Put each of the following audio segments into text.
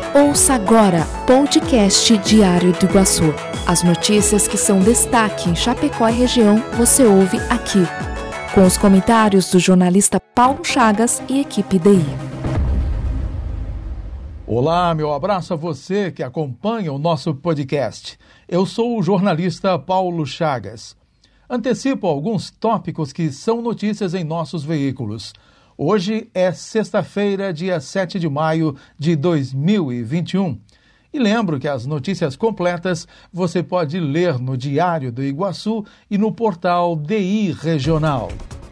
Ouça agora podcast Diário do Iguaçu. As notícias que são destaque em Chapecó e região, você ouve aqui. Com os comentários do jornalista Paulo Chagas e equipe DI. Olá, meu abraço a você que acompanha o nosso podcast. Eu sou o jornalista Paulo Chagas. Antecipo alguns tópicos que são notícias em nossos veículos. Hoje é sexta-feira, dia 7 de maio de 2021. E lembro que as notícias completas você pode ler no Diário do Iguaçu e no portal DI Regional.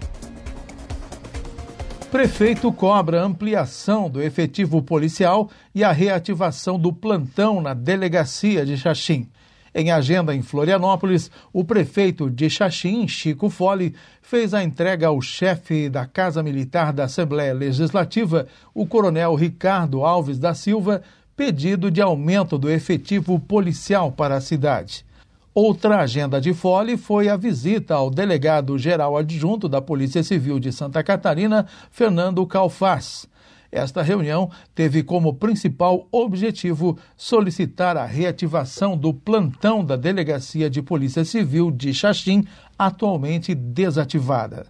Prefeito cobra ampliação do efetivo policial e a reativação do plantão na delegacia de Xaxim. Em agenda em Florianópolis, o prefeito de Xaxim, Chico Fole, fez a entrega ao chefe da Casa Militar da Assembleia Legislativa, o coronel Ricardo Alves da Silva, pedido de aumento do efetivo policial para a cidade. Outra agenda de Fole foi a visita ao delegado-geral adjunto da Polícia Civil de Santa Catarina, Fernando Calfaz. Esta reunião teve como principal objetivo solicitar a reativação do plantão da Delegacia de Polícia Civil de Xaxim, atualmente desativada.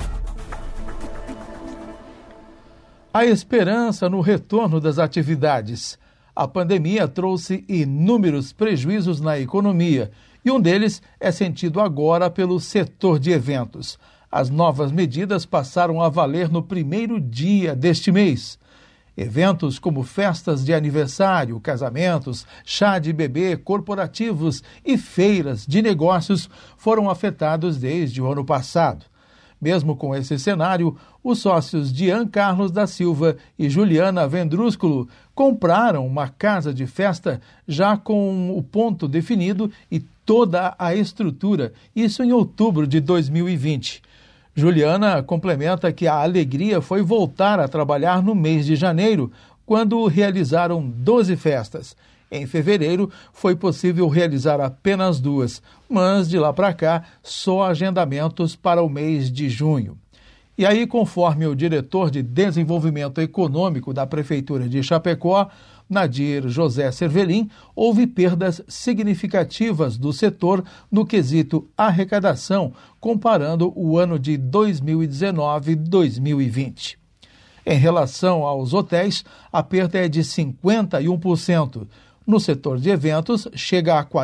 A esperança no retorno das atividades. A pandemia trouxe inúmeros prejuízos na economia e um deles é sentido agora pelo setor de eventos. As novas medidas passaram a valer no primeiro dia deste mês. Eventos como festas de aniversário, casamentos, chá de bebê, corporativos e feiras de negócios foram afetados desde o ano passado. Mesmo com esse cenário, os sócios Dian Carlos da Silva e Juliana Vendrúsculo compraram uma casa de festa já com o ponto definido e toda a estrutura, isso em outubro de 2020. Juliana complementa que a alegria foi voltar a trabalhar no mês de janeiro, quando realizaram 12 festas. Em fevereiro, foi possível realizar apenas 2, mas de lá para cá, só agendamentos para o mês de junho. E aí, conforme o diretor de Desenvolvimento Econômico da Prefeitura de Chapecó, Nadir José Cervelin, houve perdas significativas do setor no quesito arrecadação, comparando o ano de 2019 e 2020. Em relação aos hotéis, a perda é de 51%. No setor de eventos, chega a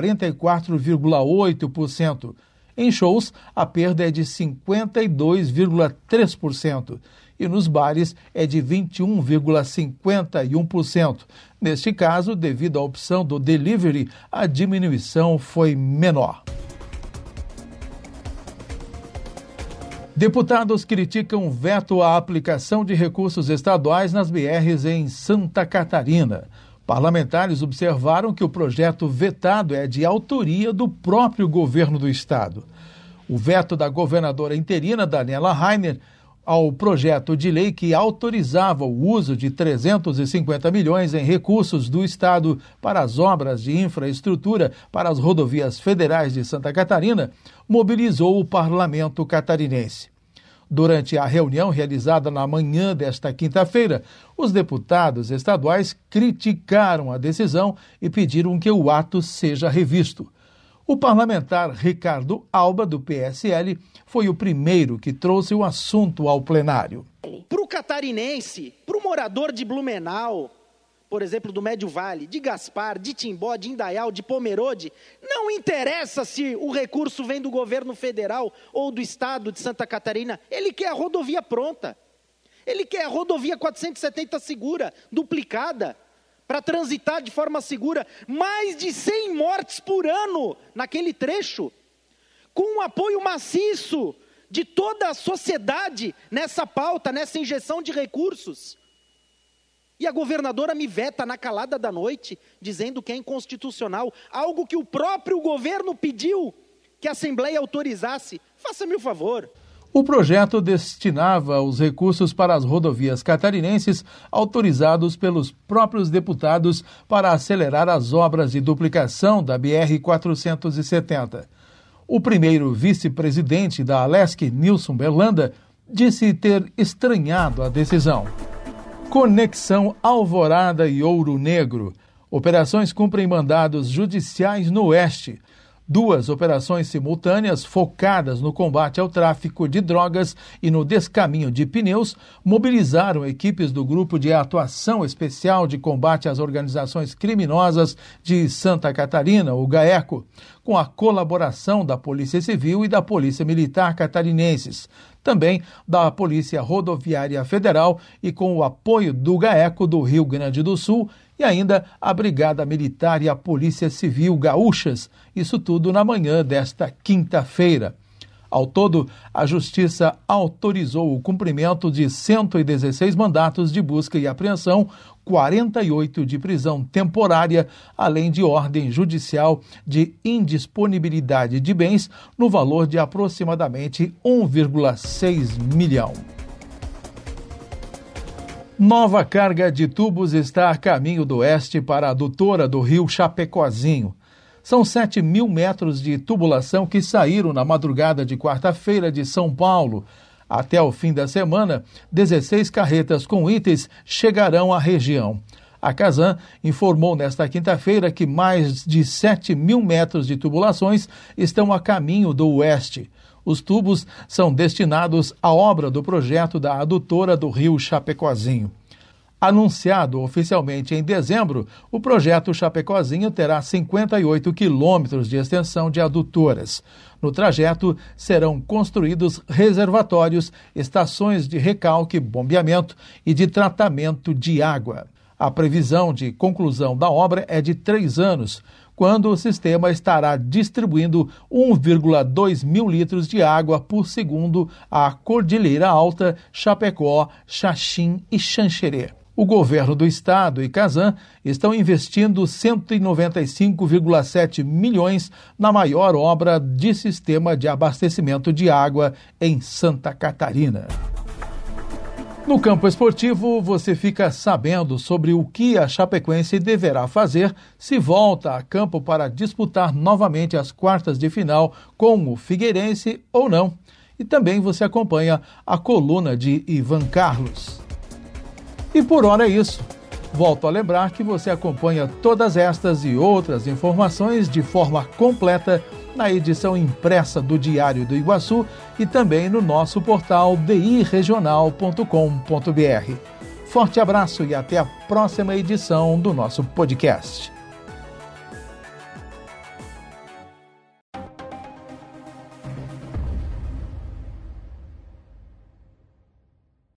44,8%. Em shows, a perda é de 52,3%. E nos bares é de 21,51%. Neste caso, devido à opção do delivery, a diminuição foi menor. Deputados criticam veto à aplicação de recursos estaduais nas BRs em Santa Catarina. Parlamentares observaram que o projeto vetado é de autoria do próprio governo do estado. O veto da governadora interina, Daniela Rainer, ao projeto de lei que autorizava o uso de 350 milhões em recursos do Estado para as obras de infraestrutura para as rodovias federais de Santa Catarina, mobilizou o parlamento catarinense. Durante a reunião realizada na manhã desta quinta-feira, os deputados estaduais criticaram a decisão e pediram que o ato seja revisto. O parlamentar Ricardo Alba, do PSL, foi o primeiro que trouxe o assunto ao plenário. Para o catarinense, para o morador de Blumenau, por exemplo, do Médio Vale, de Gaspar, de Timbó, de Indaial, de Pomerode, não interessa se o recurso vem do governo federal ou do estado de Santa Catarina, ele quer a rodovia pronta. Ele quer a rodovia 470 segura, duplicada, para transitar de forma segura. Mais de 100 mortes por ano naquele trecho, com um apoio maciço de toda a sociedade nessa pauta, nessa injeção de recursos. E a governadora me veta na calada da noite, dizendo que é inconstitucional, algo que o próprio governo pediu que a Assembleia autorizasse. Faça-me o favor. O projeto destinava os recursos para as rodovias catarinenses autorizados pelos próprios deputados para acelerar as obras de duplicação da BR-470. O primeiro vice-presidente da Alesc, Nilson Berlanda, disse ter estranhado a decisão. Conexão Alvorada e Ouro Negro. Operações cumprem mandados judiciais no Oeste. 2 operações simultâneas focadas no combate ao tráfico de drogas e no descaminho de pneus mobilizaram equipes do Grupo de Atuação Especial de Combate às Organizações Criminosas de Santa Catarina, o GAECO, com a colaboração da Polícia Civil e da Polícia Militar catarinenses, também da Polícia Rodoviária Federal e com o apoio do GAECO do Rio Grande do Sul e ainda a Brigada Militar e a Polícia Civil gaúchas, isso tudo na manhã desta quinta-feira. Ao todo, a Justiça autorizou o cumprimento de 116 mandatos de busca e apreensão, 48 de prisão temporária, além de ordem judicial de indisponibilidade de bens no valor de aproximadamente 1,6 milhão. Nova carga de tubos está a caminho do oeste para a adutora do rio Chapecozinho. São 7.000 metros de tubulação que saíram na madrugada de quarta-feira de São Paulo. Até o fim da semana, 16 carretas com itens chegarão à região. A Casan informou nesta quinta-feira que mais de 7.000 metros de tubulações estão a caminho do oeste. Os tubos são destinados à obra do projeto da adutora do rio Chapecozinho. Anunciado oficialmente em dezembro, o projeto Chapecozinho terá 58 quilômetros de extensão de adutoras. No trajeto, serão construídos reservatórios, estações de recalque, bombeamento e de tratamento de água. A previsão de conclusão da obra é de 3 anos, quando o sistema estará distribuindo 1,2 mil litros de água por segundo à Cordilheira Alta, Chapecó, Xaxim e Xanxerê. O governo do estado e Casan estão investindo 195,7 milhões na maior obra de sistema de abastecimento de água em Santa Catarina. No campo esportivo, você fica sabendo sobre o que a Chapecoense deverá fazer se volta a campo para disputar novamente as quartas de final com o Figueirense ou não. E também você acompanha a coluna de Ivan Carlos. E por hora é isso. Volto a lembrar que você acompanha todas estas e outras informações de forma completa na edição impressa do Diário do Iguaçu e também no nosso portal diregional.com.br. Forte abraço e até a próxima edição do nosso podcast.